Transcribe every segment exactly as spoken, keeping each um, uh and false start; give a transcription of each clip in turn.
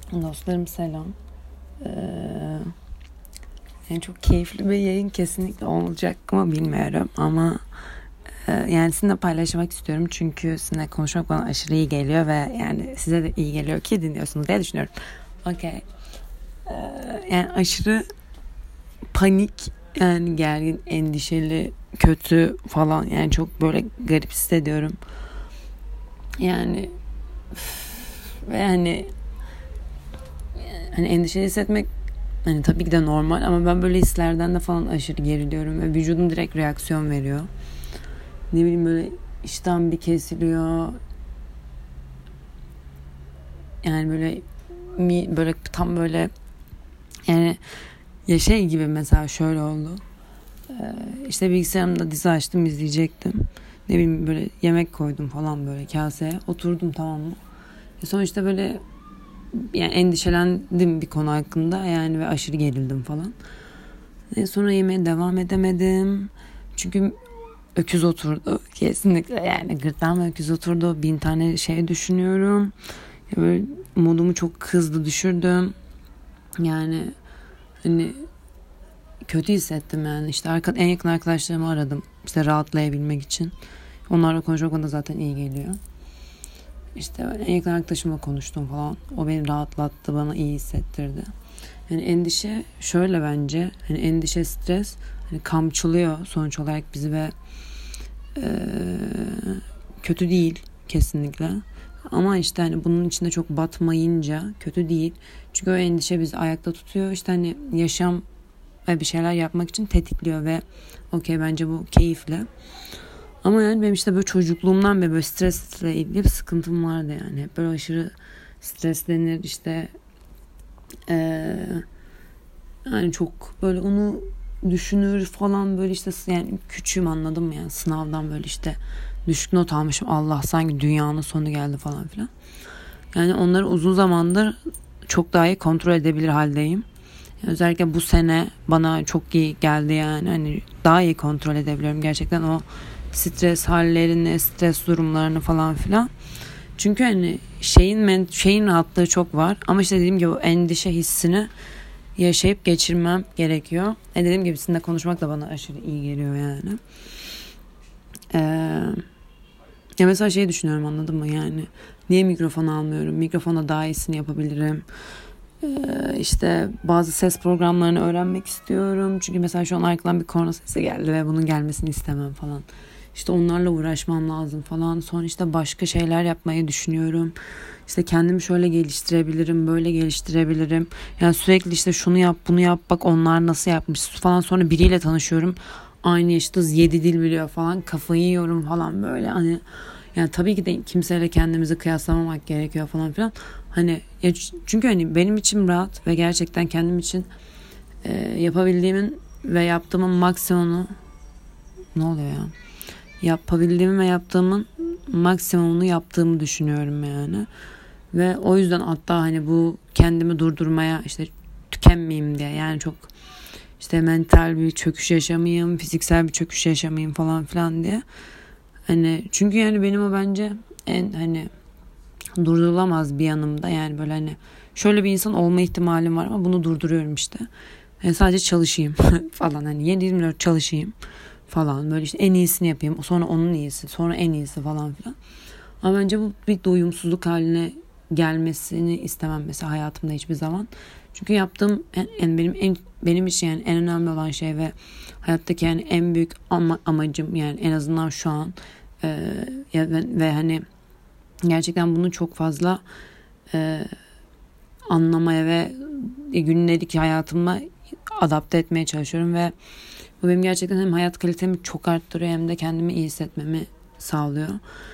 Dostlarım selam. Ee, yani çok keyifli bir yayın kesinlikle olacak mı bilmiyorum ama e, yani sizinle paylaşmak istiyorum çünkü sizinle konuşmak bana aşırı iyi geliyor ve yani size de iyi geliyor ki dinliyorsunuz diye düşünüyorum. Okay. Ee, yani aşırı panik, yani gergin, endişeli, kötü falan, yani çok böyle garip hissediyorum. Yani ve yani hani endişeli hissetmek hani tabii ki de normal ama ben böyle hislerden de falan aşırı geriliyorum ve vücudum direkt reaksiyon veriyor. Ne bileyim, böyle iştahım bir kesiliyor. Yani böyle mi böyle tam böyle, yani ya şey gibi, mesela şöyle oldu. Ee, işte bilgisayarımda dizi açtım, izleyecektim. Ne bileyim, böyle yemek koydum falan böyle kaseye. Oturdum, tamam mı? E sonra işte böyle, yani endişelendim bir konu hakkında yani ve aşırı gerildim falan. E sonra yemeğe devam edemedim. Çünkü öküz oturdu. Kesinlikle, yani gırtlağıma öküz oturdu. Bin tane şey düşünüyorum. Ya böyle modumu çok hızlı düşürdüm. Yani hani kötü hissettim yani. İşte arka, en yakın arkadaşlarımı aradım. İşte rahatlayabilmek için. Onlarla konuşmak bana zaten iyi geliyor. İşte en yakın arkadaşımla konuştum falan. O beni rahatlattı, bana iyi hissettirdi. Yani endişe şöyle bence. Hani endişe, stres hani kamçılıyor sonuç olarak bizi ve e, kötü değil kesinlikle. Ama işte hani bunun içinde çok batmayınca kötü değil. Çünkü o endişe bizi ayakta tutuyor. İşte hani yaşam ve bir şeyler yapmak için tetikliyor ve okey, bence bu keyifli. Ama yani benim işte böyle çocukluğumdan beri böyle stresle ilgili bir sıkıntım vardı yani. Hep böyle aşırı streslenir işte, ee, yani çok böyle onu düşünür falan, böyle işte yani küçüğüm, anladım mı, yani sınavdan böyle işte düşük not almışım, Allah sanki dünyanın sonu geldi falan filan. Yani onları uzun zamandır çok daha iyi kontrol edebilir haldeyim. Yani özellikle bu sene bana çok iyi geldi, yani hani daha iyi kontrol edebiliyorum gerçekten o stres hallerini, stres durumlarını falan filan. Çünkü hani şeyin şeyin rahatlığı çok var ama işte dediğim gibi o endişe hissini yaşayıp geçirmem gerekiyor. E dediğim gibi sizinle konuşmak da bana aşırı iyi geliyor yani. Ee, ya mesela şey düşünüyorum, anladın mı, yani niye mikrofon almıyorum? Mikrofona daha iyisini yapabilirim. Ee, işte bazı ses programlarını öğrenmek istiyorum. Çünkü mesela şu an arkadan bir korna sesi geldi ve bunun gelmesini istemem falan. İşte onlarla uğraşmam lazım falan. Sonra işte başka şeyler yapmayı düşünüyorum. İşte kendimi şöyle geliştirebilirim, böyle geliştirebilirim. Yani sürekli işte şunu yap, bunu yap, bak onlar nasıl yapmış falan. Sonra biriyle tanışıyorum. Aynı yaşıtız, yedi dil biliyor falan. Kafayı yiyorum falan böyle. Hani yani tabii ki de kimseyle kendimizi kıyaslamamak gerekiyor falan filan. Hani ya çünkü hani benim içim rahat ve gerçekten kendim için e, yapabildiğimin ve yaptığımın maksimumunu, ne oluyor ya? Yapabildiğimi ve yaptığımın maksimumunu yaptığımı düşünüyorum yani. Ve o yüzden hatta hani bu kendimi durdurmaya, işte tükenmeyeyim diye, yani çok işte mental bir çöküş yaşamayayım, fiziksel bir çöküş yaşamayayım falan filan diye. Hani çünkü yani benim o bence en hani durdurulamaz bir yanımda, yani böyle hani şöyle bir insan olma ihtimalim var ama bunu durduruyorum işte. Yani sadece çalışayım falan, hani yedi yirmi dört çalışayım falan, böyle işte en iyisini yapayım, sonra onun iyisi, sonra en iyisi falan filan. Ama bence bu bir doyumsuzluk haline gelmesini istemem mesela hayatımda hiçbir zaman. Çünkü yaptığım en, en benim en benim için yani en önemli olan şey ve hayattaki yani en büyük ama, amacım, yani en azından şu an e, ve, ve hani gerçekten bunu çok fazla e, anlamaya ve günlük hayatıma adapte etmeye çalışıyorum ve bu benim gerçekten hem hayat kalitemi çok arttırıyor hem de kendimi iyi hissetmemi sağlıyor.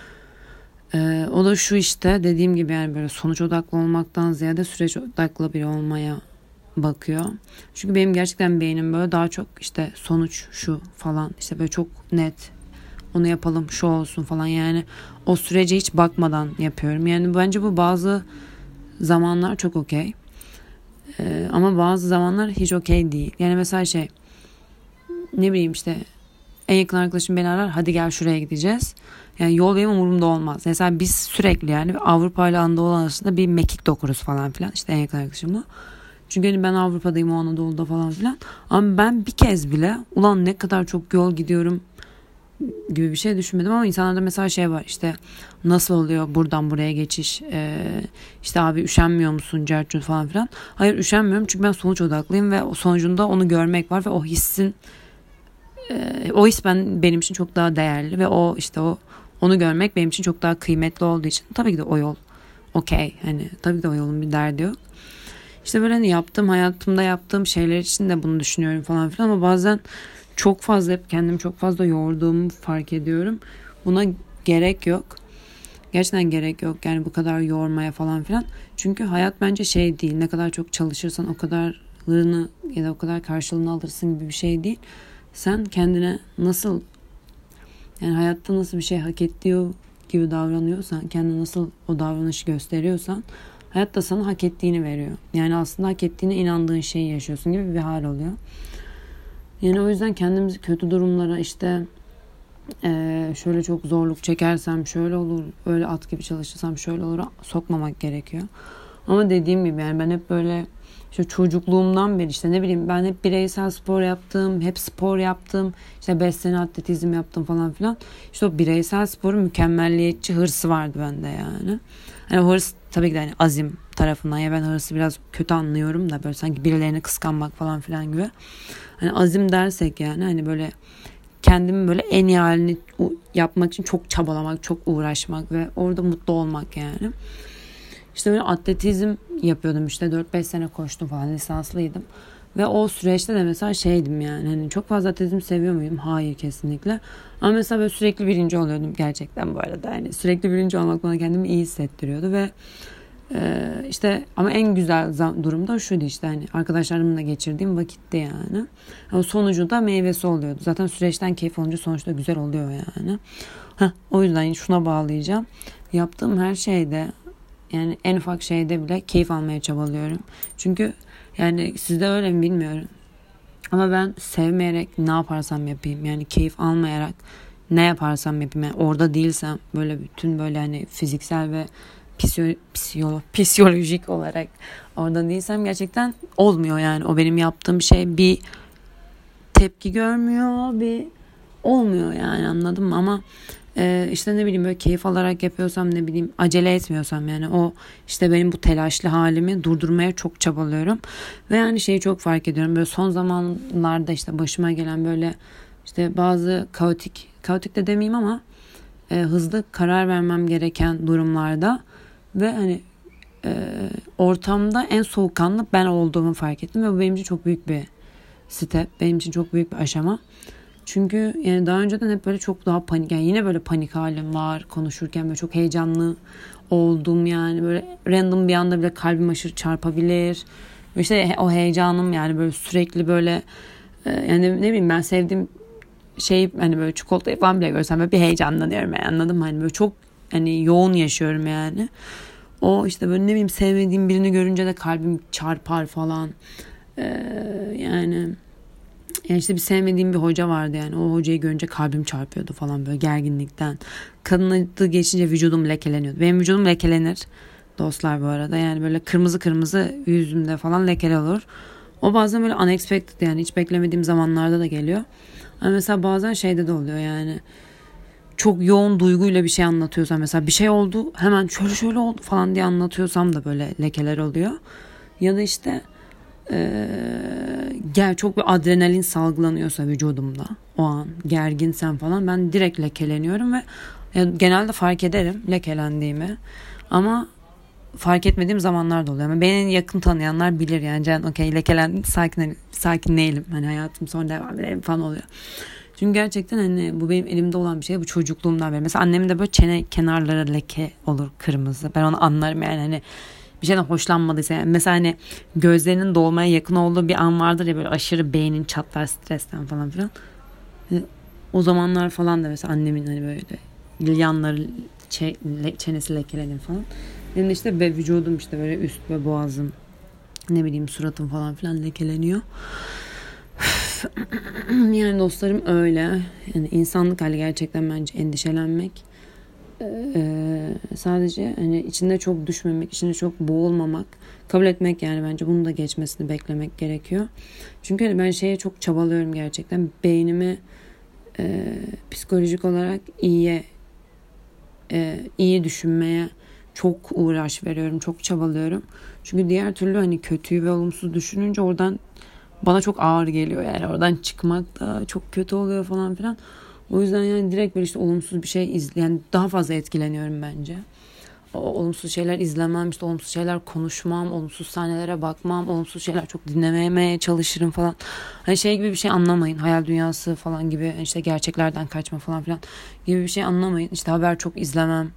Ee, o da şu, işte dediğim gibi, yani böyle sonuç odaklı olmaktan ziyade süreç odaklı biri olmaya bakıyor. Çünkü benim gerçekten beynim böyle daha çok işte sonuç şu falan, işte böyle çok net, onu yapalım, şu olsun falan, yani o sürece hiç bakmadan yapıyorum. Yani bence bu bazı zamanlar çok okey. Ee, ama bazı zamanlar hiç okey değil. Yani mesela şey, ne bileyim işte en yakın arkadaşım beni arar, hadi gel şuraya gideceğiz. Yani yol benim umurumda olmaz. Mesela biz sürekli yani Avrupa ile Anadolu arasında bir mekik dokuruz falan filan. İşte en yakın arkadaşımla. Çünkü hani ben Avrupa'dayım, o Anadolu'da falan filan. Ama ben bir kez bile ulan ne kadar çok yol gidiyorum gibi bir şey düşünmedim. Ama insanlarda mesela şey var, işte nasıl oluyor buradan buraya geçiş, ee, işte abi üşenmiyor musun cerçut falan filan. Hayır, üşenmiyorum çünkü ben sonuç odaklıyım ve o sonucunda onu görmek var ve o hissin e, o his ben benim için çok daha değerli ve o işte o onu görmek benim için çok daha kıymetli olduğu için tabii ki de o yol okey, hani tabii ki de o yolun bir derdi yok. İşte böyle hani yaptığım, hayatımda yaptığım şeyler için de bunu düşünüyorum falan filan ama bazen çok fazla hep kendimi çok fazla yorduğumu fark ediyorum. Buna gerek yok. Gerçekten gerek yok yani bu kadar yormaya falan filan. Çünkü hayat bence şey değil, ne kadar çok çalışırsan o kadarını ya da o kadar karşılığını alırsın gibi bir şey değil. Sen kendine nasıl, yani hayatta nasıl bir şey hak ediyor gibi davranıyorsan, kendine nasıl o davranışı gösteriyorsan hayat da sana hak ettiğini veriyor. Yani aslında hak ettiğine inandığın şeyi yaşıyorsun gibi bir hal oluyor. Yani o yüzden kendimizi kötü durumlara, işte ee, şöyle çok zorluk çekersem şöyle olur, öyle at gibi çalışırsam şöyle olur sokmamak gerekiyor. Ama dediğim gibi yani ben hep böyle işte çocukluğumdan beri işte ne bileyim ben hep bireysel spor yaptım, hep spor yaptım, işte beş sene atletizm yaptım falan filan. İşte o bireysel sporun mükemmelliyetçi hırsı vardı bende yani. Hani hırs tabii ki de hani azim tarafından, ya ben hırsı biraz kötü anlıyorum da böyle sanki birilerini kıskanmak falan filan gibi. Hani azim dersek yani hani böyle kendimi böyle en iyi halini yapmak için çok çabalamak, çok uğraşmak ve orada mutlu olmak yani. İşte böyle atletizm yapıyordum, işte dört beş sene koştum falan, lisanslıydım. Ve o süreçte de mesela şeydim yani hani çok fazla atletizm seviyor muydum? Hayır, kesinlikle. Ama mesela böyle sürekli birinci oluyordum gerçekten bu arada. Yani sürekli birinci olmak bana kendimi iyi hissettiriyordu ve Ee, işte ama en güzel durum da şuydu, işte hani arkadaşlarımla geçirdiğim vakitte yani. Ama sonucu da meyvesi oluyordu. Zaten süreçten keyif olunca sonuçta güzel oluyor yani. Heh, o yüzden şuna bağlayacağım. Yaptığım her şeyde, yani en ufak şeyde bile keyif almaya çabalıyorum. Çünkü yani sizde öyle mi bilmiyorum. Ama ben sevmeyerek ne yaparsam yapayım, yani keyif almayarak ne yaparsam yapayım, yani orada değilsem böyle bütün böyle hani fiziksel ve Psiyo, psiyo, psikolojik olarak orada değilsem gerçekten olmuyor yani. O benim yaptığım şey bir tepki görmüyor, bir olmuyor yani, anladın mı? Ama e, işte ne bileyim böyle keyif alarak yapıyorsam, ne bileyim acele etmiyorsam yani o işte benim bu telaşlı halimi durdurmaya çok çabalıyorum. Ve yani şeyi çok fark ediyorum, böyle son zamanlarda işte başıma gelen böyle işte bazı kaotik, kaotik de demeyeyim ama e, hızlı karar vermem gereken durumlarda ve hani e, ortamda en soğukkanlı ben olduğumu fark ettim ve bu benim için çok büyük bir step, benim için çok büyük bir aşama. Çünkü yani daha önceden hep böyle çok daha panik, yani yine böyle panik halim var konuşurken, böyle çok heyecanlı oldum yani, böyle random bir anda bile kalbim aşırı çarpabilir. İşte o heyecanım yani böyle sürekli böyle e, yani ne bileyim ben sevdiğim şey hani böyle çikolatayı falan bile görsem böyle bir heyecanlanıyorum yani, anladın mı? Hani böyle çok hani yoğun yaşıyorum yani. O işte böyle ne bileyim sevmediğim birini görünce de kalbim çarpar falan. Ee, yani yani işte bir sevmediğim bir hoca vardı yani. O hocayı görünce kalbim çarpıyordu falan böyle gerginlikten. Kadın adı geçince vücudum lekeleniyordu. Benim vücudum lekelenir dostlar bu arada. Yani böyle kırmızı kırmızı yüzümde falan lekeler olur. O bazen böyle unexpected, yani hiç beklemediğim zamanlarda da geliyor. Ama mesela bazen şeyde de oluyor yani. Çok yoğun duyguyla bir şey anlatıyorsam, mesela bir şey oldu hemen şöyle şöyle oldu falan diye anlatıyorsam da böyle lekeler oluyor. Ya da işte ee, gel çok bir adrenalin salgılanıyorsa vücudumda o an, gerginsem falan, ben direkt lekeleniyorum ve yani genelde fark ederim lekelendiğimi ama fark etmediğim zamanlar da oluyor. Yani beni yakın tanıyanlar bilir yani, Can okey lekelendin, sakin, sakinleyelim hani hayatım sonra devam edelim falan oluyor. Çünkü gerçekten hani bu benim elimde olan bir şey, bu çocukluğumdan beri. Mesela annemin de böyle çene kenarları leke olur kırmızı, ben onu anlarım yani, hani bir şeyden hoşlanmadıysa yani. Mesela hani gözlerinin dolmaya yakın olduğu bir an vardır ya, böyle aşırı beynin çatlar stresten falan filan. Yani o zamanlar falan da mesela annemin hani böyle yanları çe- çenesi lekelenir falan. Benim de işte ve vücudum işte böyle üst ve boğazım, ne bileyim suratım falan filan lekeleniyor. Yani dostlarım öyle. Yani insanlık hali gerçekten bence endişelenmek. Ee, sadece hani içinde çok düşmemek, içinde çok boğulmamak, kabul etmek, yani bence bunu da geçmesini beklemek gerekiyor. Çünkü hani ben şeye çok çabalıyorum gerçekten. Beynimi e, psikolojik olarak iyiye e, iyi düşünmeye çok uğraş veriyorum, çok çabalıyorum. Çünkü diğer türlü hani kötüyü ve olumsuz düşününce oradan bana çok ağır geliyor, yani oradan çıkmak da çok kötü oluyor falan filan. O yüzden yani direkt böyle işte olumsuz bir şey izle, yani daha fazla etkileniyorum bence. O olumsuz şeyler izlemem, işte olumsuz şeyler konuşmam, olumsuz sahnelere bakmam, olumsuz şeyler çok dinlememeye çalışırım falan. Hani şey gibi bir şey anlamayın. Hayal dünyası falan gibi, işte gerçeklerden kaçma falan filan gibi bir şey anlamayın. İşte haber çok izlemem.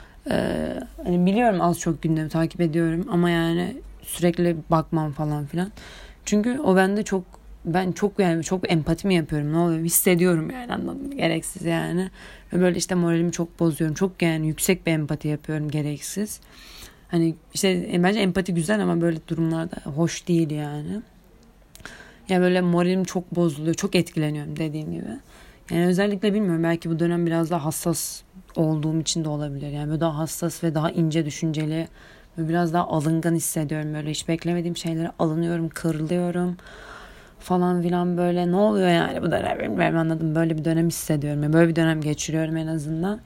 Ee, hani biliyorum az çok gündemi takip ediyorum ama yani sürekli bakmam falan filan. Çünkü o bende çok, ben çok yani çok empati mi yapıyorum, ne oluyor hissediyorum yani, anladın mı? Gereksiz yani. Ve böyle işte moralimi çok bozuyorum. Çok yani yüksek bir empati yapıyorum gereksiz. Hani işte e, bence empati güzel ama böyle durumlarda hoş değil yani. Ya böyle moralim çok bozuluyor. Çok etkileniyorum dediğim gibi. Yani özellikle bilmiyorum, belki bu dönem biraz daha hassas olduğum için de olabilir. Yani böyle daha hassas ve daha ince düşünceli ve biraz daha alıngan hissediyorum. Böyle hiç beklemediğim şeylere alınıyorum, kırılıyorum falan filan, böyle ne oluyor yani bu dönem, bilmiyorum, anladım, böyle bir dönem hissediyorum. Yani böyle bir dönem geçiriyorum en azından.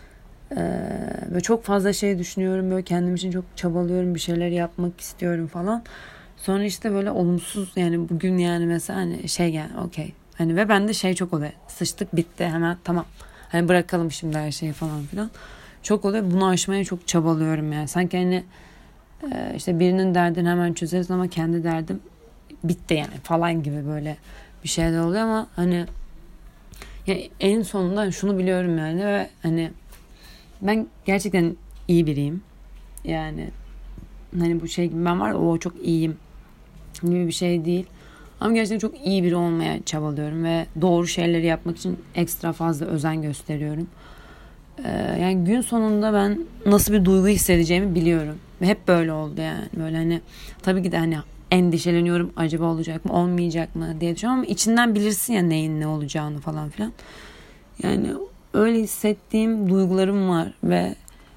Ee, ve çok fazla şey düşünüyorum, böyle kendim için çok çabalıyorum, bir şeyler yapmak istiyorum falan. Sonra işte böyle olumsuz, yani bugün yani mesela hani şey gel okey. Hani ve bende şey çok oluyor. Sıçtık, bitti, hemen tamam. Hani bırakalım şimdi her şeyi falan filan. Çok oluyor. Bunu aşmaya çok çabalıyorum yani. Sanki hani e, işte birinin derdini hemen çözeriz ama kendi derdim bitti yani falan gibi böyle bir şeyler oluyor ama hani ya en sonunda şunu biliyorum yani, ve hani ben gerçekten iyi biriyim. Yani hani bu şey gibi ben var ya, o çok iyiyim gibi bir şey değil. Ama gerçekten çok iyi biri olmaya çabalıyorum ve doğru şeyleri yapmak için ekstra fazla özen gösteriyorum. Ee, yani gün sonunda ben nasıl bir duygu hissedeceğimi biliyorum. Ve hep böyle oldu yani. Böyle hani tabii ki de hani endişeleniyorum, acaba olacak mı olmayacak mı diye düşünüyorum ama içinden bilirsin ya neyin ne olacağını falan filan. Yani öyle hissettiğim duygularım var ve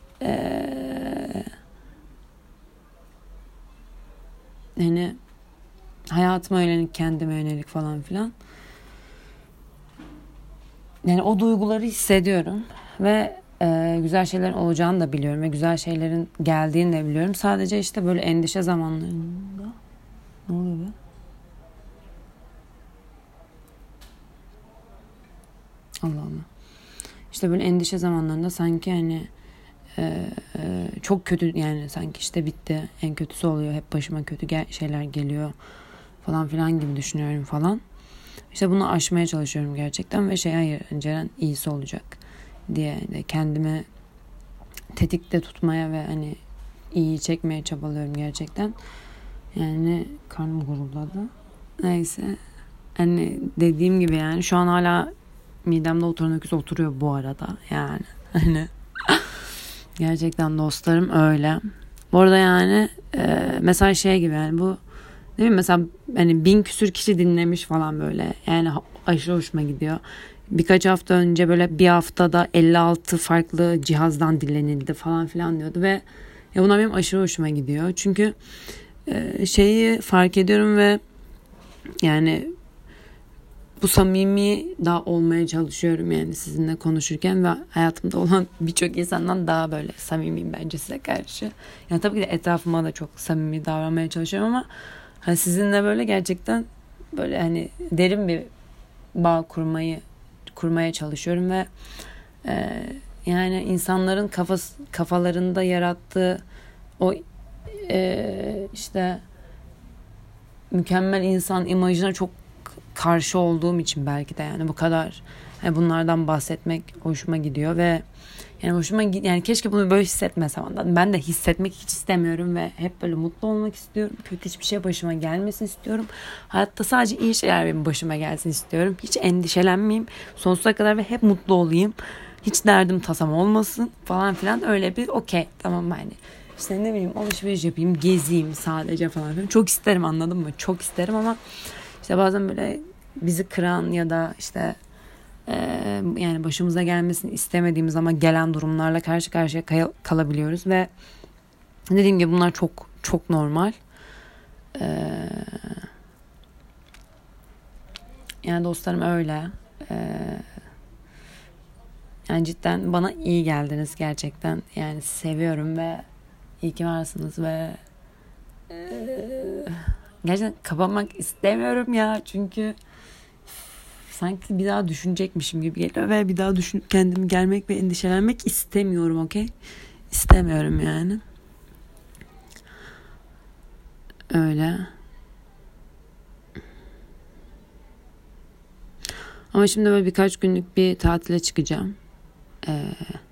ee, hani hayatıma yönelik, kendime yönelik falan filan. Yani o duyguları hissediyorum ve e, güzel şeylerin olacağını da biliyorum ve güzel şeylerin geldiğini de biliyorum. Sadece işte böyle endişe zamanlarında ne oluyor be? Allah Allah. İşte böyle endişe zamanlarında sanki hani e, e, çok kötü, yani sanki işte bitti, en kötüsü oluyor, hep başıma kötü gel- şeyler geliyor falan filan gibi düşünüyorum falan. İşte bunu aşmaya çalışıyorum gerçekten ve şey, hayır Ceren iyisi olacak diye de kendimi tetikte tutmaya ve hani iyi çekmeye çabalıyorum gerçekten. Yani karnım guruldadı. Neyse. Hani dediğim gibi yani şu an hala midemde oturan öküz oturuyor bu arada. Yani hani gerçekten dostlarım öyle. Bu arada yani e, mesela şey gibi yani bu, değil mi? Mesela hani bin küsür kişi dinlemiş falan böyle. Yani aşırı hoşuma gidiyor. Birkaç hafta önce böyle bir haftada elli altı farklı cihazdan dinlenildi falan filan diyordu ve ya bunlar benim aşırı hoşuma gidiyor. Çünkü e, şeyi fark ediyorum ve yani bu samimi daha olmaya çalışıyorum yani sizinle konuşurken ve hayatımda olan birçok insandan daha böyle samimiyim bence size karşı. Yani tabii ki de etrafıma da çok samimi davranmaya çalışıyorum ama hani sizinle böyle gerçekten böyle hani derin bir bağ kurmayı kurmaya çalışıyorum ve e, yani insanların kafası, kafalarında yarattığı o e, işte mükemmel insan imajına çok karşı olduğum için belki de yani bu kadar yani bunlardan bahsetmek hoşuma gidiyor ve yani hoşuma gidiyor, yani keşke bunu böyle hissetmesem. Ben de hissetmek hiç istemiyorum ve hep böyle mutlu olmak istiyorum. Kötü hiçbir şey başıma gelmesin istiyorum. Hayatta sadece iyi şeyler benim başıma gelsin istiyorum. Hiç endişelenmeyeyim sonsuza kadar ve hep mutlu olayım. Hiç derdim tasam olmasın falan filan, öyle bir okey tamam yani. İşte ne bileyim alışveriş yapayım, gezeyim sadece falan filan. Çok isterim, anladın mı? Çok isterim ama işte bazen böyle bizi kıran ya da işte e, yani başımıza gelmesini istemediğimiz ama gelen durumlarla karşı karşıya kay- kalabiliyoruz ve dediğim gibi bunlar çok çok normal. Ee, yani dostlarım öyle. Ee, yani cidden bana iyi geldiniz gerçekten. Yani seviyorum ve iyi ki varsınız ve ee, gerçekten kapamak istemiyorum ya, çünkü sanki bir daha düşünecekmişim gibi geliyor ve bir daha düşünüp kendimi germek ve endişelenmek istemiyorum, okey? İstemiyorum yani. Öyle. Ama şimdi böyle birkaç günlük bir tatile çıkacağım. Ee,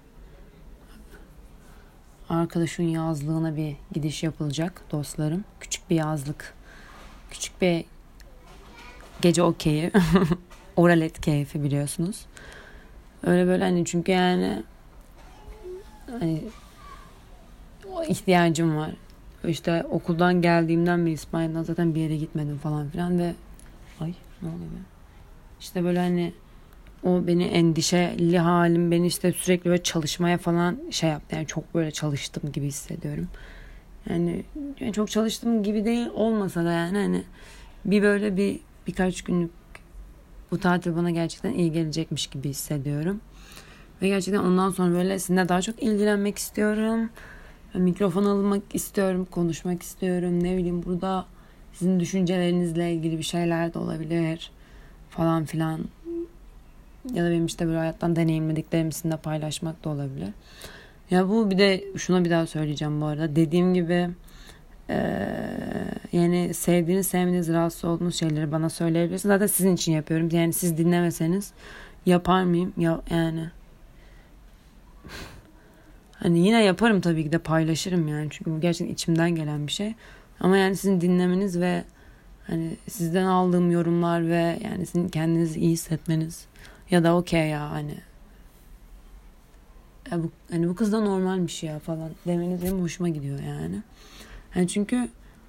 arkadaşın yazlığına bir gidiş yapılacak dostlarım. Küçük bir yazlık. Küçük bir gece okeyi. Oralet keyfi biliyorsunuz. Öyle böyle hani, çünkü yani hani ihtiyacım var. İşte okuldan geldiğimden beri İspanya'dan zaten bir yere gitmedim falan filan ve ay ne oluyor be? İşte böyle hani o beni endişeli halim beni işte sürekli böyle çalışmaya falan şey yaptı. Yani çok böyle çalıştım gibi hissediyorum. Yani, yani çok çalıştım gibi değil olmasa da yani hani bir böyle bir birkaç günlük bu tatil bana gerçekten iyi gelecekmiş gibi hissediyorum. Ve gerçekten ondan sonra böyle sizinle daha çok ilgilenmek istiyorum. Mikrofon almak istiyorum, konuşmak istiyorum. Ne bileyim, burada sizin düşüncelerinizle ilgili bir şeyler de olabilir falan filan. Ya da benim işte böyle hayattan deneyimlediklerimi sizinle paylaşmak da olabilir. Ya bu bir de şuna bir daha söyleyeceğim bu arada. Dediğim gibi e, yani sevdiğiniz, sevmediğiniz, rahatsız olduğunuz şeyleri bana söyleyebilirsiniz. Zaten sizin için yapıyorum. Yani siz dinlemeseniz yapar mıyım? Ya, yani hani yine yaparım tabii ki de, paylaşırım yani. Çünkü bu gerçekten içimden gelen bir şey. Ama yani sizin dinlemeniz ve hani sizden aldığım yorumlar ve yani sizin kendinizi iyi hissetmeniz ya da okey ya hani ya bu, hani bu kız da normalmiş ya falan demeniz benim hoşuma gidiyor yani. Yani çünkü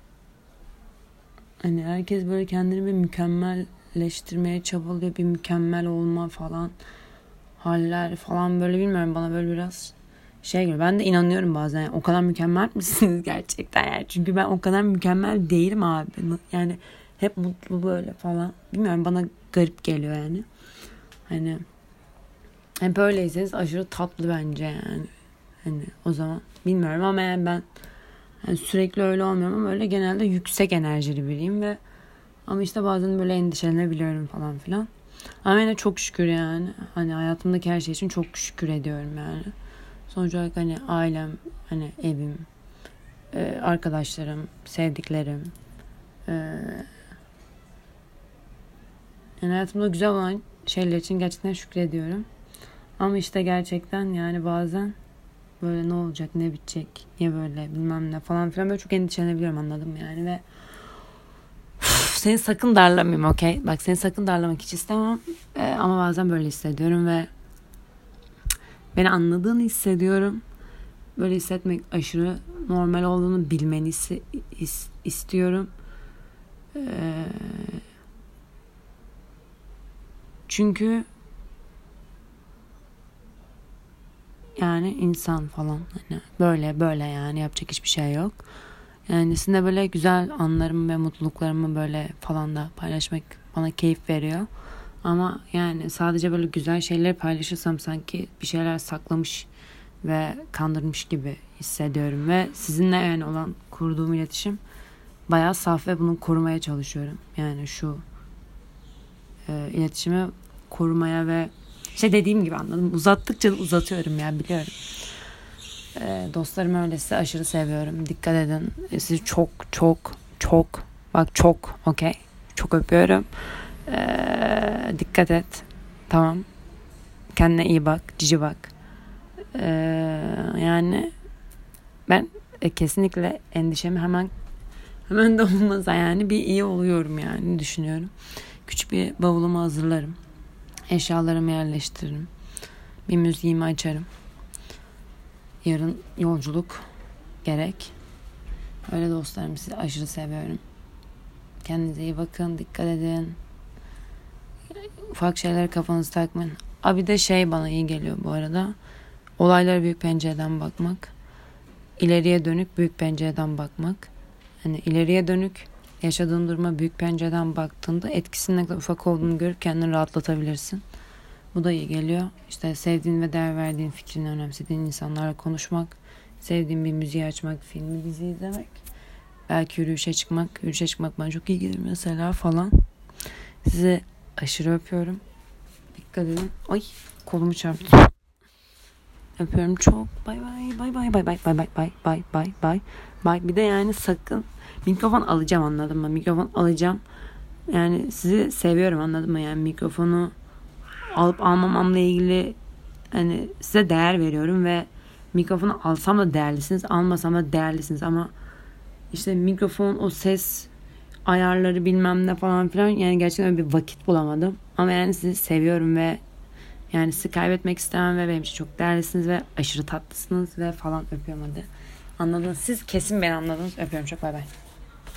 hani herkes böyle kendini bir mükemmelleştirmeye çabalıyor, bir mükemmel olma falan haller falan, böyle bilmiyorum, bana böyle biraz şey geliyor. Ben de inanıyorum bazen. Yani o kadar mükemmel misiniz gerçekten yani? Çünkü ben o kadar mükemmel değilim abi. Yani hep mutlu böyle falan. Bilmiyorum, bana garip geliyor yani. Hani hep öyleyseniz aşırı tatlı bence yani. Hani o zaman bilmiyorum ama yani ben yani sürekli öyle olmuyorum ama öyle genelde yüksek enerjili biriyim ve ama işte bazen böyle endişelenebiliyorum falan filan. Ama yine çok şükür yani. Hani hayatımdaki her şey için çok şükür ediyorum yani. Sonuç olarak hani ailem, hani evim, arkadaşlarım, sevdiklerim. Yani hayatımda güzel olan şeyler için gerçekten şükrediyorum. Ama işte gerçekten yani bazen böyle ne olacak, ne bitecek, niye böyle bilmem ne falan filan böyle çok endişelenebiliyorum, anladım yani. Ve uf, seni sakın darlamayayım, okey? Bak, seni sakın darlamak hiç istemem. Ee, ama bazen böyle hissediyorum ve beni anladığını hissediyorum. Böyle hissetmek aşırı normal olduğunu bilmeni is- istiyorum. Ee, çünkü yani insan falan hani böyle böyle yani yapacak hiçbir şey yok. Yani sizinle böyle güzel anlarımı ve mutluluklarımı böyle falan da paylaşmak bana keyif veriyor. Ama yani sadece böyle güzel şeyleri paylaşırsam sanki bir şeyler saklamış ve kandırmış gibi hissediyorum. Ve sizinle yani olan kurduğum iletişim bayağı saf ve bunu korumaya çalışıyorum. Yani şu e, iletişimi korumaya ve işte dediğim gibi, anladım. Uzattıkça uzatıyorum ya, biliyorum. E, dostlarım öyle, sizi aşırı seviyorum. Dikkat edin. E, sizi çok çok çok bak çok okey. Çok öpüyorum. E, dikkat et. Tamam. Kendine iyi bak. Cici bak. E, yani ben e, kesinlikle endişemi hemen hemen de olmasa yani bir iyi oluyorum yani, düşünüyorum. Küçük bir bavulumu hazırlarım. Eşyalarımı yerleştiririm. Bir müziğimi açarım. Yarın yolculuk gerek. Öyle dostlarım, sizi aşırı seviyorum. Kendinize iyi bakın. Dikkat edin. ufak şeylere kafanızı takmayın. Abi de şey bana iyi geliyor bu arada. Olaylara büyük pencereden bakmak. İleriye dönük büyük pencereden bakmak. Hani ileriye dönük yaşadığın duruma büyük pencereden baktığında etkisinin ne kadar ufak olduğunu görüp kendini rahatlatabilirsin. Bu da iyi geliyor. İşte sevdiğin ve değer verdiğin, fikrini önemsediğin insanlarla konuşmak. Sevdiğin bir müziği açmak, filmi, dizi izlemek. Belki yürüyüşe çıkmak. Yürüyüşe çıkmak bana çok iyi gelir mesela falan. Size aşırı öpüyorum. Dikkat edin. Ay kolumu çarptım. Öpüyorum çok. Bay bay bay bay bay bay bay bay bay bay bay bay bay. Bir de yani sakın mikrofon alacağım, anladın mı? Mikrofon alacağım. Yani sizi seviyorum, anladın mı? Yani mikrofonu alıp almamamla ilgili hani size değer veriyorum ve mikrofonu alsam da değerlisiniz, almasam da değerlisiniz ama işte mikrofon, o ses ayarları bilmem ne falan filan, yani gerçekten öyle bir vakit bulamadım. Ama yani sizi seviyorum ve yani sizi kaybetmek istemem ve benim için çok değerlisiniz ve aşırı tatlısınız ve falan, öpüyorum hadi. Anladınız. Siz kesin beni anladınız. Öpüyorum çok, bay bay.